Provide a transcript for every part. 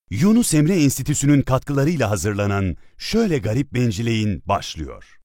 Yunus Emre Enstitüsü'nün katkılarıyla hazırlanan Şöyle Garip Bencileyin başlıyor.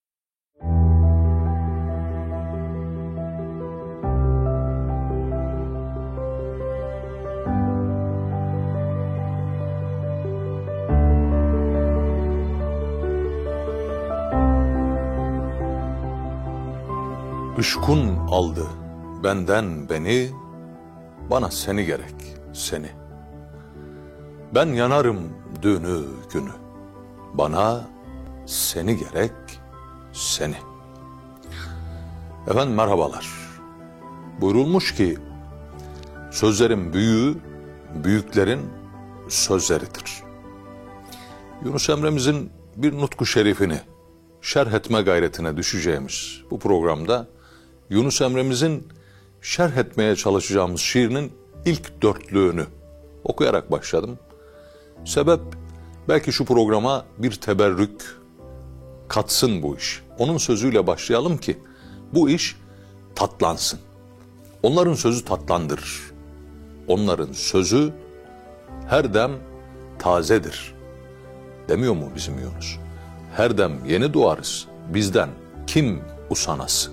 Işkun aldı benden beni, bana seni gerek, seni. Ben yanarım dünü günü, bana seni gerek, seni. Efendim merhabalar. Buyurulmuş ki, sözlerin büyüğü, büyüklerin sözleridir. Yunus Emre'mizin bir nutku şerifini şerh etme gayretine düşeceğimiz bu programda, Yunus Emre'mizin şerh etmeye çalışacağımız şiirinin ilk dörtlüğünü okuyarak başladım. Sebep, belki şu programa bir teberrük katsın bu iş. Onun sözüyle başlayalım ki bu iş tatlansın. Onların sözü tatlandırır. Onların sözü her dem tazedir. Demiyor mu bizim Yunus? Her dem yeni doğarız, bizden kim usanası?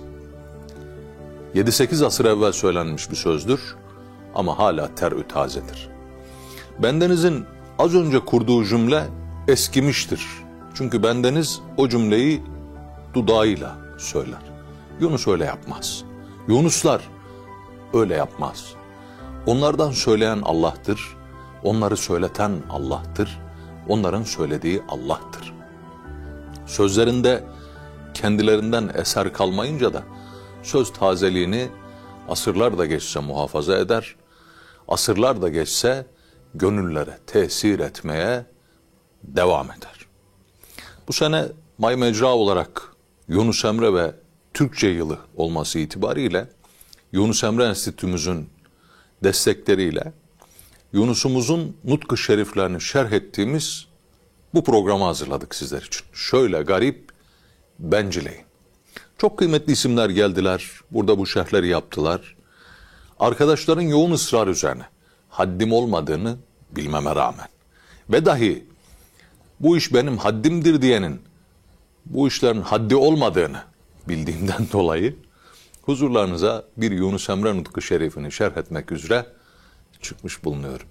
7-8 asır evvel söylenmiş bir sözdür ama hala terü tazedir. Bendenizin az önce kurduğu cümle eskimiştir. Çünkü bendeniz o cümleyi dudağıyla söyler. Yunus öyle yapmaz. Yunuslar öyle yapmaz. Onlardan söyleyen Allah'tır. Onları söyleten Allah'tır. Onların söylediği Allah'tır. Sözlerinde kendilerinden eser kalmayınca da söz tazeliğini asırlar da geçse muhafaza eder, asırlar da geçse gönüllere tesir etmeye devam eder. Bu sene May Mecra olarak Yunus Emre ve Türkçe yılı olması itibariyle Yunus Emre Enstitümüzün destekleriyle Yunus'umuzun nutku şeriflerini şerh ettiğimiz bu programı hazırladık sizler için. Şöyle garip bencileyin. Çok kıymetli isimler geldiler, burada bu şerhleri yaptılar. Arkadaşların yoğun ısrar üzerine haddim olmadığını bilmeme rağmen ve dahi bu iş benim haddimdir diyenin bu işlerin haddi olmadığını bildiğimden dolayı huzurlarınıza bir Yunus Emre nutku şerifini şerh etmek üzere çıkmış bulunuyorum.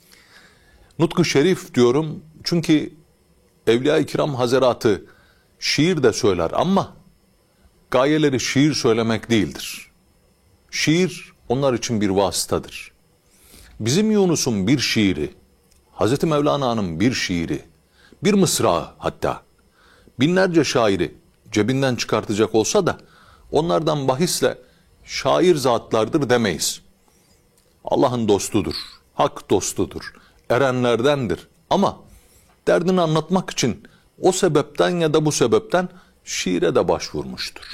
Nutku şerif diyorum çünkü Evliya-i Kiram Hazaratı şiir de söyler ama gayeleri şiir söylemek değildir. Şiir onlar için bir vasıtadır. Bizim Yunus'un bir şiiri, Hazreti Mevlana'nın bir şiiri, bir mısrağı hatta, binlerce şairi cebinden çıkartacak olsa da onlardan bahisle şair zatlardır demeyiz. Allah'ın dostudur, hak dostudur, erenlerdendir ama derdini anlatmak için o sebepten ya da bu sebepten şiire de başvurmuştur.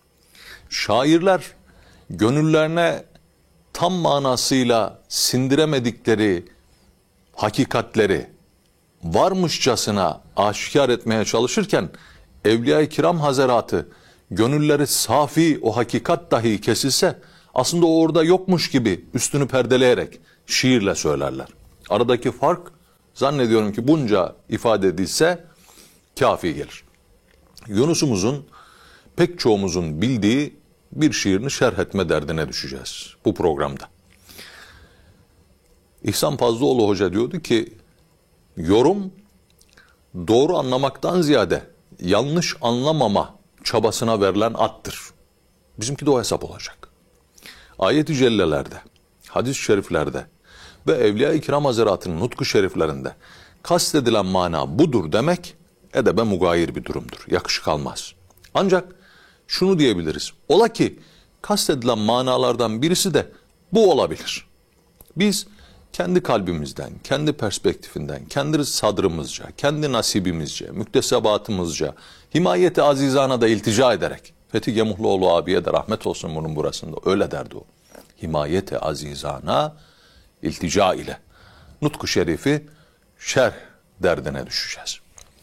Şairler gönüllerine tam manasıyla sindiremedikleri hakikatleri varmışçasına aşikar etmeye çalışırken Evliya-i Kiram Hazaratı gönülleri safi o hakikat dahi kesilse aslında o orada yokmuş gibi üstünü perdeleyerek şiirle söylerler. Aradaki fark zannediyorum ki bunca ifade edilse kafi gelir. Yunus'umuzun pek çoğumuzun bildiği bir şiirini şerh etme derdine düşeceğiz bu programda. İhsan Fazlıoğlu Hoca diyordu ki, yorum doğru anlamaktan ziyade yanlış anlamama çabasına verilen attır. Bizimki de o hesap olacak. Ayet-i cellelerde, hadis-i şeriflerde ve Evliya-i Kiram Hazaratı'nın nutku şeriflerinde kastedilen mana budur demek edebe mugayir bir durumdur. Yakışık almaz. Ancak şunu diyebiliriz. Ola ki kastedilen manalardan birisi de bu olabilir. Biz kendi kalbimizden, kendi perspektifinden, kendi sadrımızca, kendi nasibimizce, müktesebatımızca, himayeti azizana da iltica ederek, Fethi Gemuhluoğlu abiye de rahmet olsun bunun burasında, öyle derdi o. Himayeti azizana iltica ile nutku şerifi şerh derdine düşeceğiz.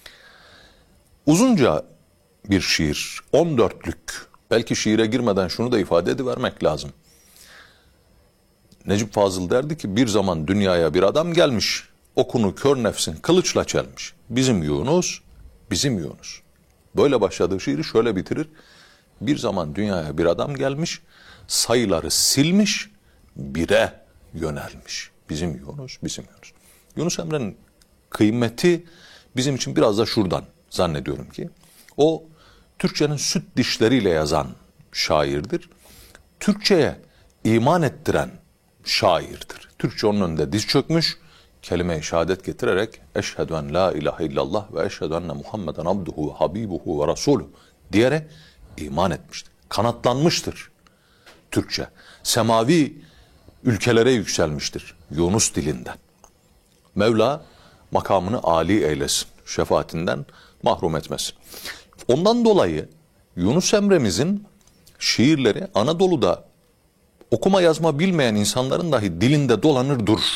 Uzunca bir şiir, 14'lük. Belki şiire girmeden şunu da ifade edivermek lazım. Necip Fazıl derdi ki bir zaman dünyaya bir adam gelmiş. okunu kör nefsin kılıçla çelmiş. Bizim Yunus, bizim Yunus. Böyle başladığı şiiri şöyle bitirir. Bir zaman dünyaya bir adam gelmiş, sayıları silmiş, bire yönelmiş. Bizim Yunus, bizim Yunus. Yunus Emre'nin kıymeti bizim için biraz da şuradan zannediyorum ki, o Türkçenin süt dişleriyle yazan şairdir. Türkçe'ye iman ettiren şairdir. Türkçe onun önünde diz çökmüş, kelime-i şehadet getirerek eşhedü en la ilahe illallah ve eşhedü enne Muhammeden abduhu ve habibuhu ve rasuluhu diyerek iman etmiştir. Kanatlanmıştır Türkçe. Semavi ülkelere yükselmiştir Yunus dilinden. Mevla makamını âli eylesin, şefaatinden mahrum etmesin. Ondan dolayı Yunus Emre'mizin şiirleri Anadolu'da okuma yazma bilmeyen insanların dahi dilinde dolanır durur.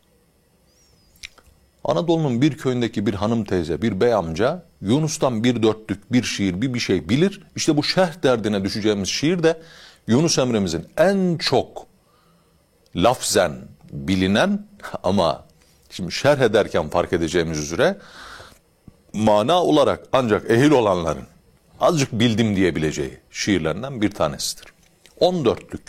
Anadolu'nun bir köyündeki bir hanım teyze, bir bey amca Yunus'tan bir dörtlük bir şiir, bir şey bilir. İşte bu şerh derdine düşeceğimiz şiir de Yunus Emre'mizin en çok lafzen bilinen ama şimdi şerh ederken fark edeceğimiz üzere mana olarak ancak ehil olanların azıcık bildim diyebileceği şiirlerinden bir tanesidir. 14'lük.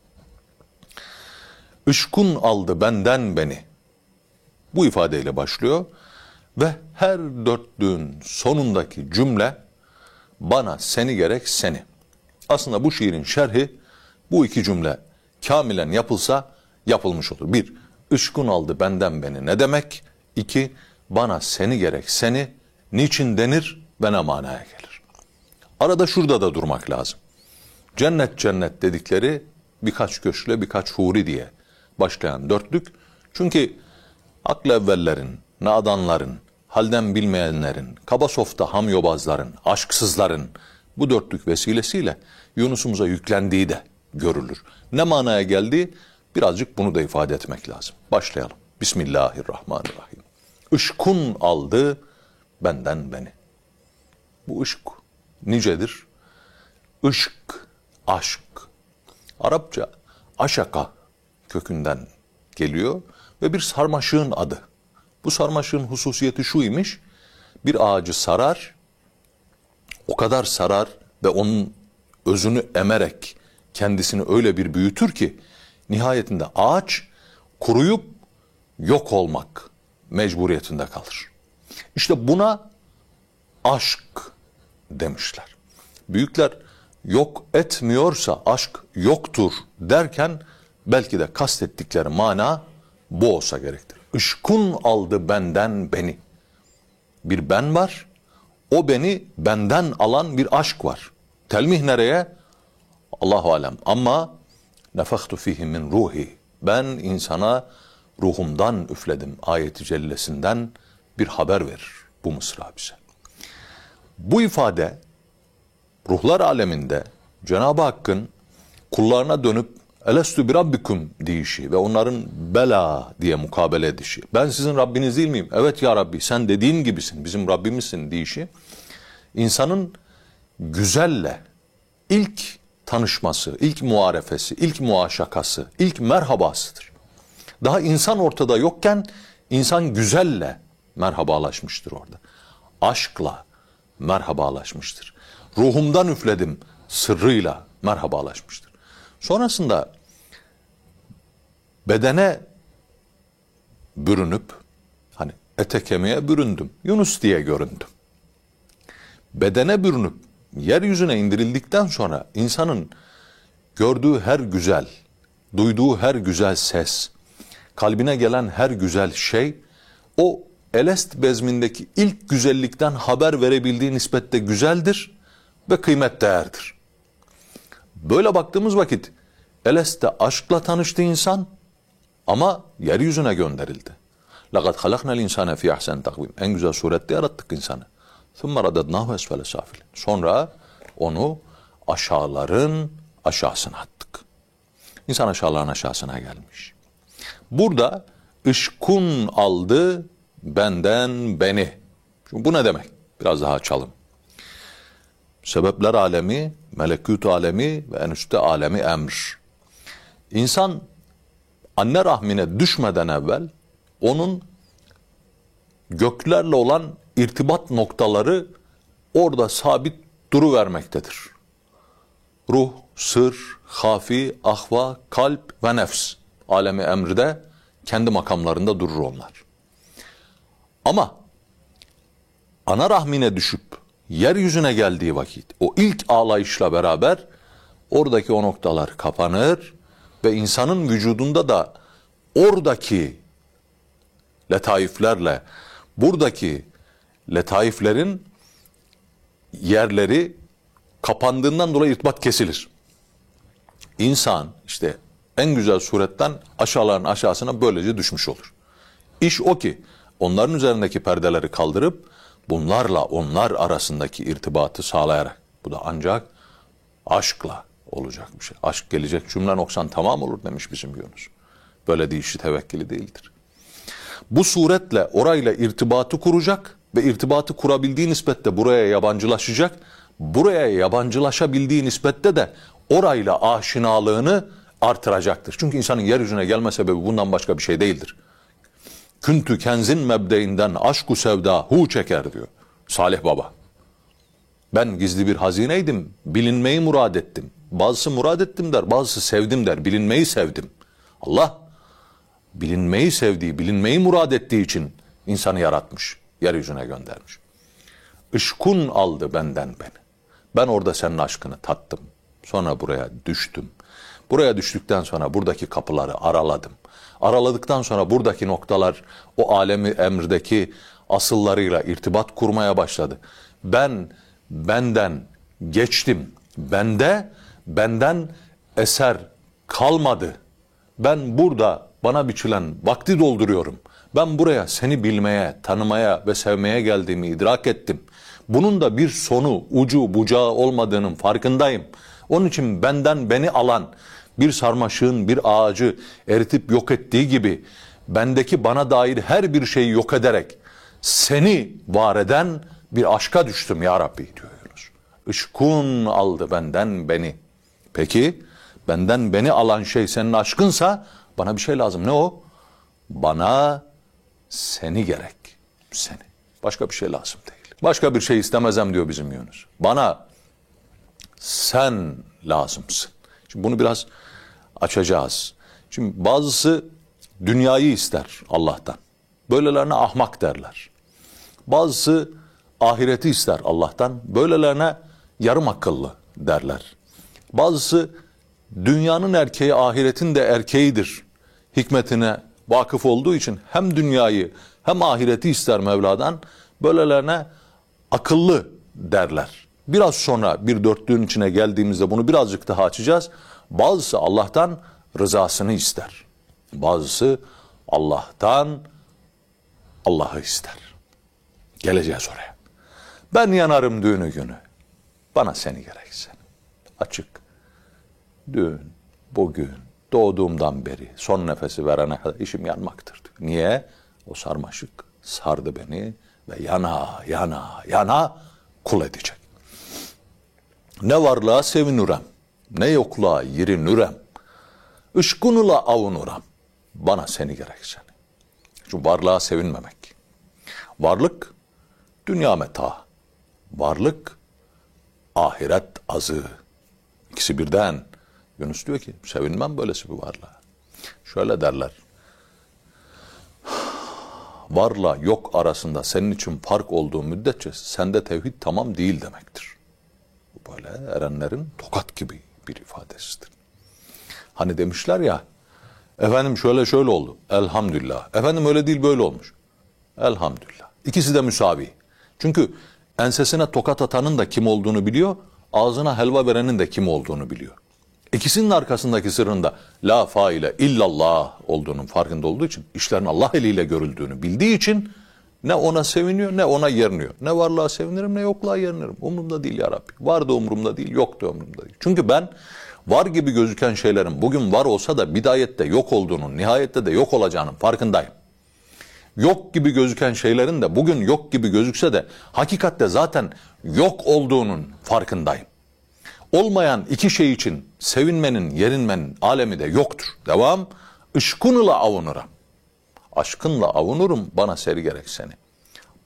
Işkun aldı benden beni. Bu ifadeyle başlıyor ve her dörtlüğün sonundaki cümle bana seni gerek seni. Aslında bu şiirin şerhi bu iki cümle kamilen yapılsa yapılmış olur. 1. Işkun aldı benden beni ne demek? 2. Bana seni gerek seni niçin denir ve ne manaya gelir? Arada şurada da durmak lazım. Cennet cennet dedikleri birkaç köşkle birkaç huri diye başlayan dörtlük. Çünkü aklı evvellerin, nadanların, halden bilmeyenlerin, kaba softa hamyobazların, aşksızların bu dörtlük vesilesiyle Yunus'umuza yüklendiği de görülür. Ne manaya geldiği birazcık bunu da ifade etmek lazım. Başlayalım. Bismillahirrahmanirrahim. Işkun aldı benden beni. Bu ışk nicedir? Işk, aşk. Arapça aşaka kökünden geliyor ve bir sarmaşığın adı. Bu sarmaşığın hususiyeti şu imiş, bir ağacı sarar, o kadar sarar ve onun özünü emerek kendisini öyle bir büyütür ki nihayetinde ağaç kuruyup yok olmak mecburiyetinde kalır. İşte buna aşk demişler. Büyükler yok etmiyorsa aşk yoktur derken belki de kastettikleri mana bu olsa gerektir. Işkun aldı benden beni. Bir ben var, o beni benden alan bir aşk var. Telmih nereye? Allahu alem. Ama nefektu fihi min ruhi. Ben insana ruhumdan üfledim ayeti cellesinden bir haber verir bu mısra bize. Bu ifade ruhlar aleminde Cenab-ı Hakk'ın kullarına dönüp elestü bi rabbikum deyişi ve onların bela diye mukabele edişi. Ben sizin Rabbiniz değil miyim? Evet ya Rabbi sen dediğin gibisin bizim Rabbimizsin deyişi. İnsanın güzelle ilk tanışması, ilk muarefesi, ilk muaşakası, ilk merhabasıdır. Daha insan ortada yokken insan güzelle merhabalaşmıştır orada. Aşkla merhabalaşmıştır. Ruhumdan üfledim sırrıyla merhabalaşmıştır. Sonrasında bedene bürünüp hani ete kemiğe büründüm. Yunus diye göründüm. Bedene bürünüp yeryüzüne indirildikten sonra insanın gördüğü her güzel, duyduğu her güzel ses, kalbine gelen her güzel şey o elest bezmindeki ilk güzellikten haber verebildiği nispette güzeldir ve kıymet değerdir. Böyle baktığımız vakit eleste aşkla tanıştı insan ama yeryüzüne gönderildi. لَقَدْ خَلَقْنَا الْاِنْسَانَ فِي اَحْسَنِ تَقْوِيمٍ. En güzel surette yarattık insanı. ثُمَّ رَدَدْنَاهُ اَسْفَلَ سَافِلٍ. Sonra onu aşağıların aşağısına attık. İnsan aşağıların aşağısına gelmiş. Burada ışkun aldı benden beni. Şimdi bu ne demek? Biraz daha açalım. Sebepler alemi, melekut alemi ve en üstte alemi emr. İnsan anne rahmine düşmeden evvel onun göklerle olan irtibat noktaları orada sabit duruvermektedir. Ruh, sır, hafi, ahva, kalp ve nefs alemi emride kendi makamlarında durur onlar. Ama ana rahmine düşüp yeryüzüne geldiği vakit o ilk ağlayışla beraber oradaki o noktalar kapanır ve insanın vücudunda da oradaki letaiflerle buradaki letaiflerin yerleri kapandığından dolayı irtibat kesilir. İnsan işte en güzel suretten aşağıların aşağısına böylece düşmüş olur. İş o ki onların üzerindeki perdeleri kaldırıp bunlarla onlar arasındaki irtibatı sağlayarak, bu da ancak aşkla olacak bir şey. Aşk gelecek cümle noksan tamam olur demiş bizim Yunus. Böyle deyişi tevekkili değildir. Bu suretle orayla irtibatı kuracak ve irtibatı kurabildiği nispette buraya yabancılaşacak. Buraya yabancılaşabildiği nispette de orayla aşinalığını artıracaktır. Çünkü insanın yeryüzüne gelme sebebi bundan başka bir şey değildir. Küntü kenzin mebdeinden aşku sevda hu çeker diyor Salih Baba. Ben gizli bir hazineydim, bilinmeyi murad ettim. Bazısı murad ettim der, bazısı sevdim der, bilinmeyi sevdim. Allah bilinmeyi sevdiği, bilinmeyi murad ettiği için insanı yaratmış, yeryüzüne göndermiş. Işkun aldı benden beni. Ben orada senin aşkını tattım. Sonra buraya düştüm. Buraya düştükten sonra buradaki kapıları araladım. Araladıktan sonra buradaki noktalar o alemi emrdeki asıllarıyla irtibat kurmaya başladı. Ben benden geçtim. Benden eser kalmadı. Ben burada bana biçilen vakti dolduruyorum. Ben buraya seni bilmeye, tanımaya ve sevmeye geldiğimi idrak ettim. Bunun da bir sonu, ucu, bucağı olmadığının farkındayım. Onun için benden beni alan bir sarmaşığın bir ağacı eritip yok ettiği gibi bendeki bana dair her bir şeyi yok ederek seni var eden bir aşka düştüm ya Rabbi diyor Yunus. Işkun aldı benden beni. Peki benden beni alan şey senin aşkınsa bana bir şey lazım. Ne o? Bana seni gerek. Seni. Başka bir şey lazım değil. Başka bir şey istemezem diyor bizim Yunus. Bana sen lazımsın. Şimdi bunu biraz açacağız. Şimdi bazısı dünyayı ister Allah'tan. Böylelerine ahmak derler. Bazısı ahireti ister Allah'tan. Böylelerine yarım akıllı derler. Bazısı dünyanın erkeği ahiretin de erkeğidir hikmetine vakıf olduğu için hem dünyayı hem ahireti ister Mevla'dan. Böylelerine akıllı derler. Biraz sonra bir dörtlüğün içine geldiğimizde bunu birazcık daha açacağız. Bazısı Allah'tan rızasını ister. Bazısı Allah'tan Allah'ı ister. Geleceğiz oraya. Ben yanarım düğünü günü. Bana seni gereksin. Açık. Dün, bugün, doğduğumdan beri son nefesi verene kadar işim yanmaktır diyor. Niye? O sarmaşık sardı beni ve yana kul edecek. Ne varlığa sevinürem, ne yokluğa yirinürem. Işkunula avunuram. Bana seni gerek seni. Şu varlığa sevinmemek. Varlık dünya meta. Varlık ahiret azı. İkisi birden. Yunus diyor ki sevinmem böylesi bir varlığa. Şöyle derler. Varla yok arasında senin için fark olduğu müddetçe sende tevhid tamam değil demektir. Bu böyle erenlerin tokat gibi bir ifadesidir. Hani demişler ya, efendim şöyle oldu. Elhamdülillah. Efendim öyle değil böyle olmuş. Elhamdülillah. İkisi de müsavi. Çünkü ensesine tokat atanın da kim olduğunu biliyor, ağzına helva verenin de kim olduğunu biliyor. İkisinin arkasındaki sırrında la faile illallah olduğunun farkında olduğu için, işlerin Allah eliyle görüldüğünü bildiği için ne ona seviniyor ne ona yeriniyor. Ne varlığa sevinirim ne yokluğa yerinirim. Umurumda değil ya Rabbi. Var da umurumda değil, yok da umurumda değil. Çünkü ben var gibi gözüken şeylerin bugün var olsa da bidayette yok olduğunun, nihayette de yok olacağının farkındayım. Yok gibi gözüken şeylerin de bugün yok gibi gözükse de hakikatte zaten yok olduğunun farkındayım. Olmayan iki şey için sevinmenin, yerinmenin alemi de yoktur. Devam. Işkunla avunurum. Aşkınla avunurum, bana seri gerek seni.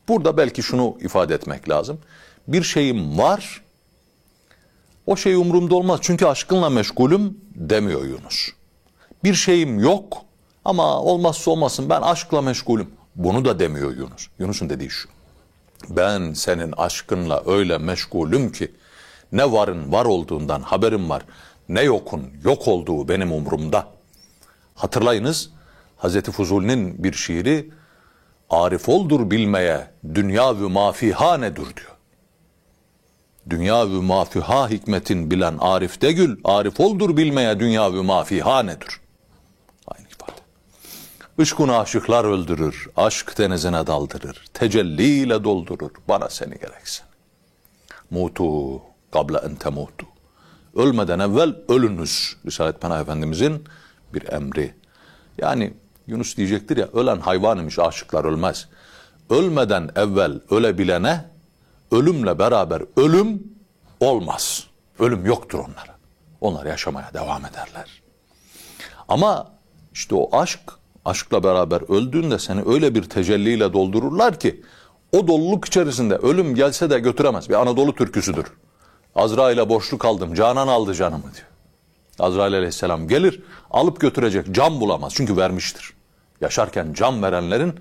Burada belki şunu ifade etmek lazım. Bir şeyim var, o şey umurumda olmaz çünkü aşkınla meşgulüm demiyor Yunus. Bir şeyim yok ama olmazsa olmasın ben aşkla meşgulüm. Bunu da demiyor Yunus. Yunus'un dediği şu: ben senin aşkınla öyle meşgulüm ki ne varın var olduğundan haberim var, ne yokun yok olduğu benim umurumda. Hatırlayınız, Hazreti Fuzuli'nin bir şiiri, arif oldur bilmeye dünya ve mafiha nedir diyor. Dünya ve mafiha hikmetin bilen arif de gül, arif oldur bilmeye dünya ve mafiha nedir? Aynı ifade. Işkını aşıklar öldürür, aşk denizine daldırır, tecelliyle doldurur, bana seni gereksin. Mutu kable en temutu. Ölmeden evvel ölünüz. Risalet Pınah Efendimizin bir emri. Yani Yunus diyecektir ya, ölen hayvan imiş, aşıklar ölmez. Ölmeden evvel ölebilene ölümle beraber ölüm olmaz. Ölüm yoktur onlara. Onlar yaşamaya devam ederler. Ama işte o aşkla beraber öldüğünde seni öyle bir tecelliyle doldururlar ki o doluluk içerisinde ölüm gelse de götüremez. Bir Anadolu türküsüdür. Azrail'e borçlu kaldım, Canan aldı canımı diyor. Azrail aleyhisselam gelir, alıp götürecek, can bulamaz çünkü vermiştir. Yaşarken can verenlerin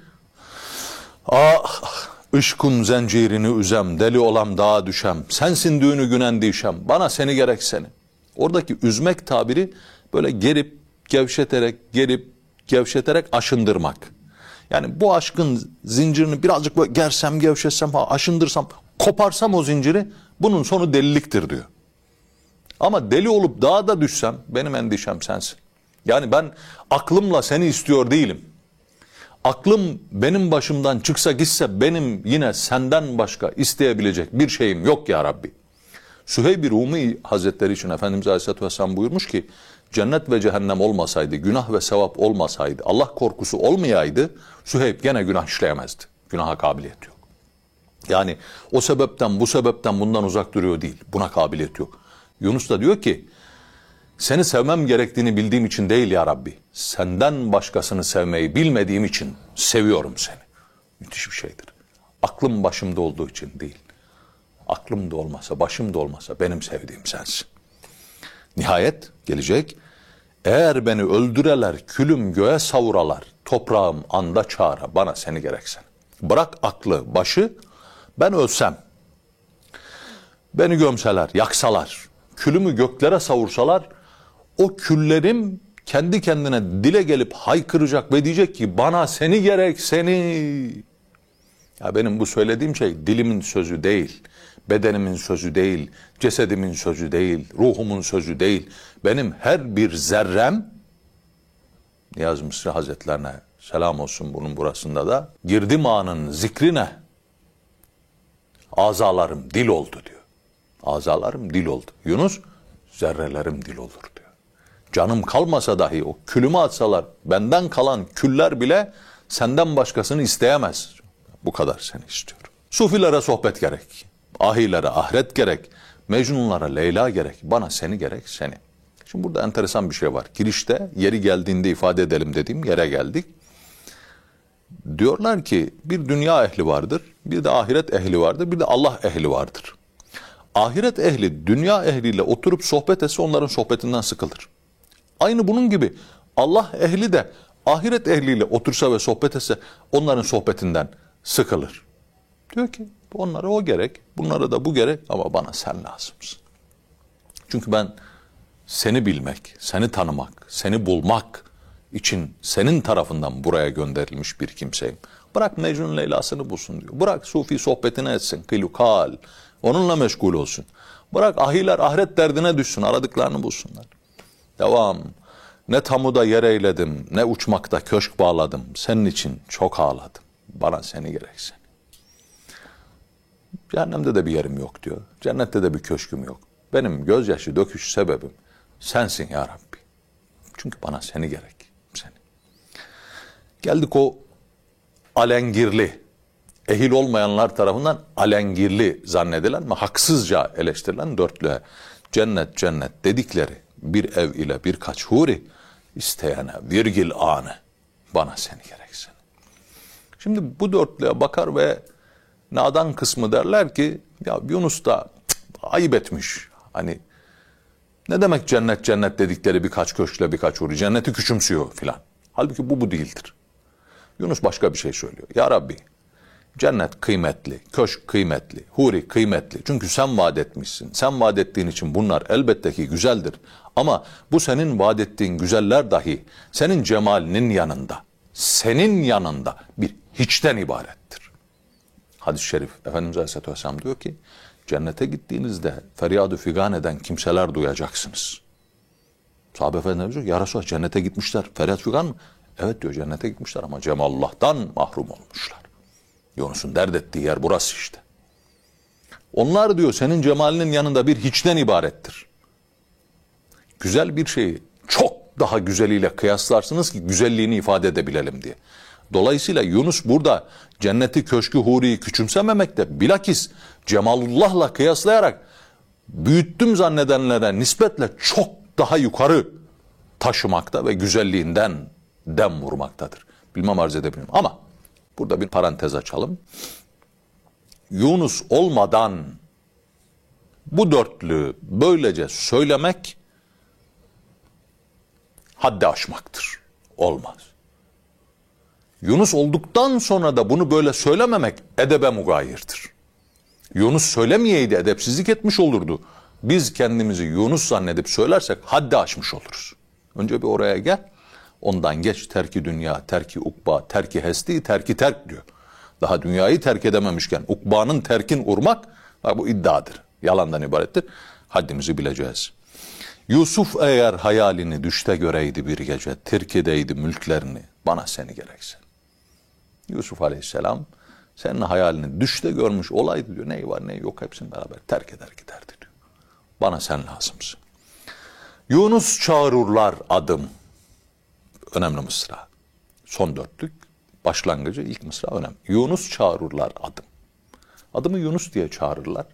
ışkun zencirini üzem, deli olam dağa düşem, sensin düğünü günen dişem, bana seni gerek seni. Oradaki üzmek tabiri böyle gerip gevşeterek aşındırmak. Yani bu aşkın zincirini birazcık böyle gersem, gevşetsem, aşındırsam, koparsam o zinciri, bunun sonu deliliktir diyor. Ama deli olup dağa da düşsem benim endişem sensin. Yani ben aklımla seni istiyor değilim. Aklım benim başımdan çıksa gitse benim yine senden başka isteyebilecek bir şeyim yok ya Rabbi. Süheyb-i Rumi Hazretleri için Efendimiz Aleyhisselatü Vesselam buyurmuş ki, cennet ve cehennem olmasaydı, günah ve sevap olmasaydı, Allah korkusu olmayaydı, Süheyb gene günah işleyemezdi. Günaha kabiliyeti yok. Yani o sebepten, bu sebepten, bundan uzak duruyor değil. Buna kabiliyet yok. Yunus da diyor ki, seni sevmem gerektiğini bildiğim için değil ya Rabbi, senden başkasını sevmeyi bilmediğim için seviyorum seni. Müthiş bir şeydir. Aklım başımda olduğu için değil. Aklım da olmasa, başım da olmasa benim sevdiğim sensin. Nihayet gelecek, eğer beni öldüreler, külüm göğe savuralar, toprağım anda çağıra, bana seni gereksen. Bırak aklı, başı, ben ölsem, beni gömseler, yaksalar, külümü göklere savursalar, o küllerim kendi kendine dile gelip haykıracak ve diyecek ki bana seni gerek seni. Ya benim bu söylediğim şey dilimin sözü değil, bedenimin sözü değil, cesedimin sözü değil, ruhumun sözü değil. Benim her bir zerrem, Niyazi Mısri Hazretlerine selam olsun bunun burasında da, girdim anın zikrine, azalarım dil oldu diyor. Azalarım dil oldu. Yunus, zerrelerim dil olur diyor. Canım kalmasa dahi o külümü atsalar, benden kalan küller bile senden başkasını isteyemez. Bu kadar seni istiyorum. Sufilere sohbet gerek. Ahilere ahiret gerek. Mecnunlara Leyla gerek. Bana seni gerek seni. Şimdi burada enteresan bir şey var. Girişte yeri geldiğinde ifade edelim dediğim yere geldik. Diyorlar ki bir dünya ehli vardır, bir de ahiret ehli vardır, bir de Allah ehli vardır. Ahiret ehli dünya ehliyle oturup sohbet etse onların sohbetinden sıkılır. Aynı bunun gibi Allah ehli de ahiret ehliyle otursa ve sohbet etse onların sohbetinden sıkılır. Diyor ki onlara o gerek, bunlara da bu gerek ama bana sen lazımsın. Çünkü ben seni bilmek, seni tanımak, seni bulmak için senin tarafından buraya gönderilmiş bir kimseyim. Bırak Mecnun Leyla'sını bulsun diyor. Bırak Sufi sohbetini etsin, kılukal, onunla meşgul olsun. Bırak ahiler ahiret derdine düşsün, aradıklarını bulsunlar. Devam. Ne tamuda yer eyledim, ne uçmakta köşk bağladım. Senin için çok ağladım. Bana seni gerek seni. Cehennemde de bir yerim yok diyor. Cennette de bir köşküm yok. Benim gözyaşı döküş sebebim sensin ya Rabbi. Çünkü bana seni gerek. Seni. Geldik o alengirli, ehil olmayanlar tarafından alengirli zannedilen ve haksızca eleştirilen dörtlüğe. Cennet cennet dedikleri bir ev ile birkaç huri, isteyene virgil anı, bana seni gerek seni. Şimdi bu dörtlüğe bakar ve nadan kısmı derler ki ya Yunus da ayıp etmiş. Hani ne demek cennet cennet dedikleri birkaç köşkle birkaç huri. Cenneti küçümsüyor filan. Halbuki bu değildir. Yunus başka bir şey söylüyor. Ya Rabbi cennet kıymetli, köşk kıymetli, huri kıymetli. Çünkü sen vaat etmişsin. Sen vaat ettiğin için bunlar elbette ki güzeldir. Ama bu senin vaat ettiğin güzeller dahi senin cemalinin yanında, senin yanında bir hiçten ibarettir. Hadis-i şerif Efendimiz Aleyhisselatü Vesselam diyor ki cennete gittiğinizde feryad-ı figan eden kimseler duyacaksınız. Sahabe Efendimiz diyor ya Resulallah cennete gitmişler. Feryat figan mı? Evet diyor cennete gitmişler ama cemallah'tan mahrum olmuşlar. Yunus'un dert ettiği yer burası işte. Onlar diyor senin cemalinin yanında bir hiçten ibarettir. Güzel bir şeyi çok daha güzeliyle kıyaslarsınız ki güzelliğini ifade edebilelim diye. Dolayısıyla Yunus burada cenneti, köşkü, huriyi küçümsememekte, bilakis cemalullah'la kıyaslayarak büyüttüm zannedenlere nispetle çok daha yukarı taşımakta ve güzelliğinden dem vurmaktadır. Bilmem arz edebilirim ama burada bir parantez açalım. Yunus olmadan bu dörtlüğü böylece söylemek haddi aşmaktır. Olmaz. Yunus olduktan sonra da bunu böyle söylememek edebe mugayirdir. Yunus söylemeyeydi edepsizlik etmiş olurdu. Biz kendimizi Yunus zannedip söylersek haddi aşmış oluruz. Önce bir oraya gel. Ondan geç terki dünya, terki ukba, terki hesti, terki terk diyor. Daha dünyayı terk edememişken ukbanın terkin urmak bu iddiadır. Yalandan ibarettir. Haddimizi bileceğiz. Yusuf eğer hayalini düşte göreydi bir gece, terk edeydi mülklerini, bana seni gerekse. Yusuf Aleyhisselam senin hayalini düşte görmüş olaydı diyor. Neyi var neyi yok hepsini beraber terk eder giderdi diyor. Bana sen lazımsın. Yunus çağırırlar adım. Önemli mısra. Son dörtlük. Başlangıcı ilk mısra önemli. Yunus çağırırlar adım. Adımı Yunus diye çağırırlar.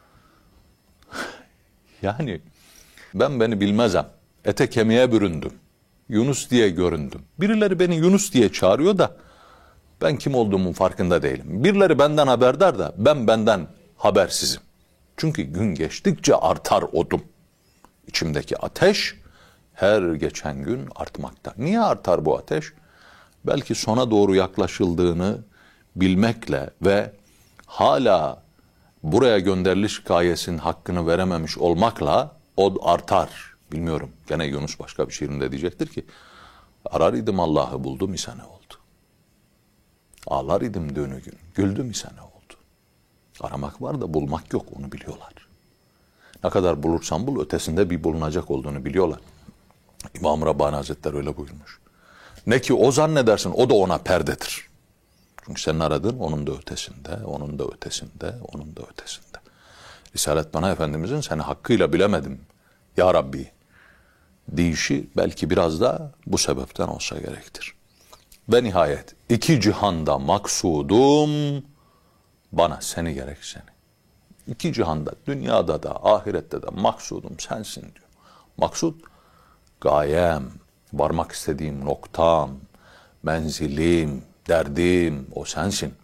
Yani ben beni bilmezem. Ete kemiğe büründüm. Yunus diye göründüm. Birileri beni Yunus diye çağırıyor da ben kim olduğumun farkında değilim. Birileri benden haberdar da ben benden habersizim. Çünkü gün geçtikçe artar odum. İçimdeki ateş her geçen gün artmakta. Niye artar bu ateş? Belki sona doğru yaklaşıldığını bilmekle ve hala buraya gönderiliş gayesinin hakkını verememiş olmakla o artar. Bilmiyorum. Gene Yunus başka bir şiirinde diyecektir ki arar idim Allah'ı buldum ise ne oldu? Ağlar idim dönü gün, güldüm ise ne oldu? Aramak var da bulmak yok, onu biliyorlar. Ne kadar bulursan bul, ötesinde bir bulunacak olduğunu biliyorlar. İmam Rabbani Hazretleri öyle buyurmuş. Ne ki o zannedersin, o da ona perdedir. Çünkü senin aradığın onun da ötesinde, onun da ötesinde, onun da ötesinde. Risalet Bana Efendimizin seni hakkıyla bilemedim ya Rabbi deyişi belki biraz da bu sebepten olsa gerektir. Ve nihayet iki cihanda maksudum bana seni gerek seni. İki cihanda, dünyada da ahirette de maksudum sensin diyor. Maksud gayem, varmak istediğim noktam, menzilim, derdim o sensin.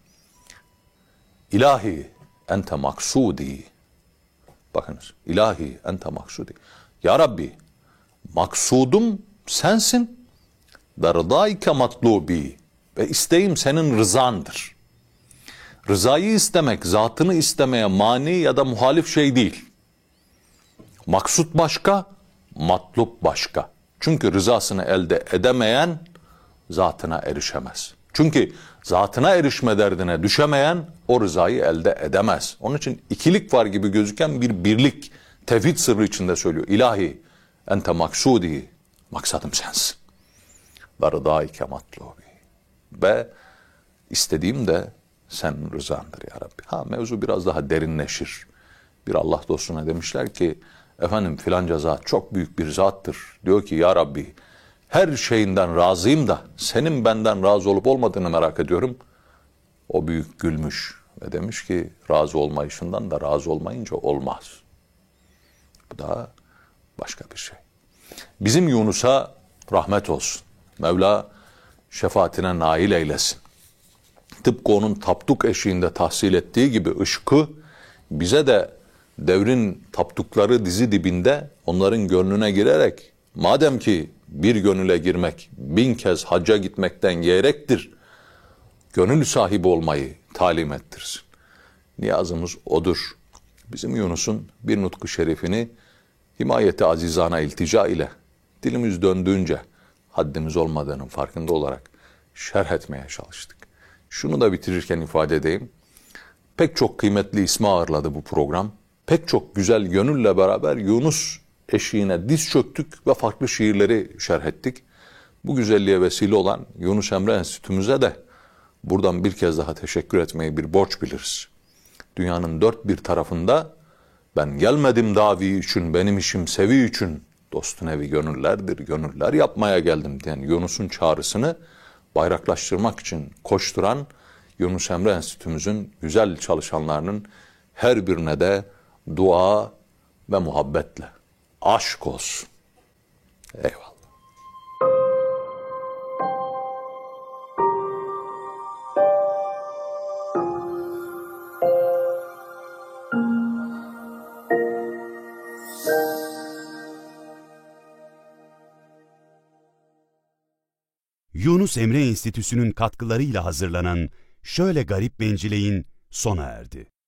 İlahi ente maksudi. Bakınız, ilahi ente maksudi. Ya Rabbi maksudum sensin. Ve rıdaike matlubi. Ve isteğim senin rızandır. Rızayı istemek, zatını istemeye mani ya da muhalif şey değil. Maksut başka, matlup başka. Çünkü rızasını elde edemeyen zatına erişemez. Çünkü zatına erişme derdine düşemeyen o rızayı elde edemez. Onun için ikilik var gibi gözüken bir birlik tevhid sırrı içinde söylüyor. İlahi ente maksudi, maksadım sensin. Ve rıdaike matlubi. Ve istediğim de sen rızandır ya Rabbi. Mevzu biraz daha derinleşir. Bir Allah dostuna demişler ki efendim filanca zat çok büyük bir zattır. Diyor ki ya Rabbi her şeyinden razıyım da senin benden razı olup olmadığını merak ediyorum. O büyük gülmüş ve demiş ki razı olmayışından da razı olmayınca olmaz. Bu da başka bir şey. Bizim Yunus'a rahmet olsun. Mevla şefaatine nail eylesin. tıpkı onun tapduk eşiğinde tahsil ettiği gibi ışkı bize de devrin tapdukları dizi dibinde onların gönlüne girerek, madem ki bir gönüle girmek 1000 kez hacca gitmekten gerektir, gönül sahibi olmayı talim ettirsin. Niyazımız odur. Bizim Yunus'un bir nutku şerifini himayeti azizana iltica ile dilimiz döndüğünce haddimiz olmadığının farkında olarak şerh etmeye çalıştık. Şunu da bitirirken ifade edeyim. Pek çok kıymetli ismi ağırladı bu program. Pek çok güzel gönülle beraber Yunus eşiğine diz çöktük ve farklı şiirleri şerh ettik. Bu güzelliğe vesile olan Yunus Emre Enstitümüze de buradan bir kez daha teşekkür etmeyi bir borç biliriz. Dünyanın dört bir tarafında ben gelmedim davi için, benim işim sevi için, dostun evi gönüllerdir, gönüller yapmaya geldim diyen Yunus'un çağrısını bayraklaştırmak için koşturan Yunus Emre Enstitümüzün güzel çalışanlarının her birine de dua ve muhabbetle aşk olsun. Eyvallah. Yunus Emre Enstitüsü'nün katkılarıyla hazırlanan Şöyle Garip Bencileyin sona erdi.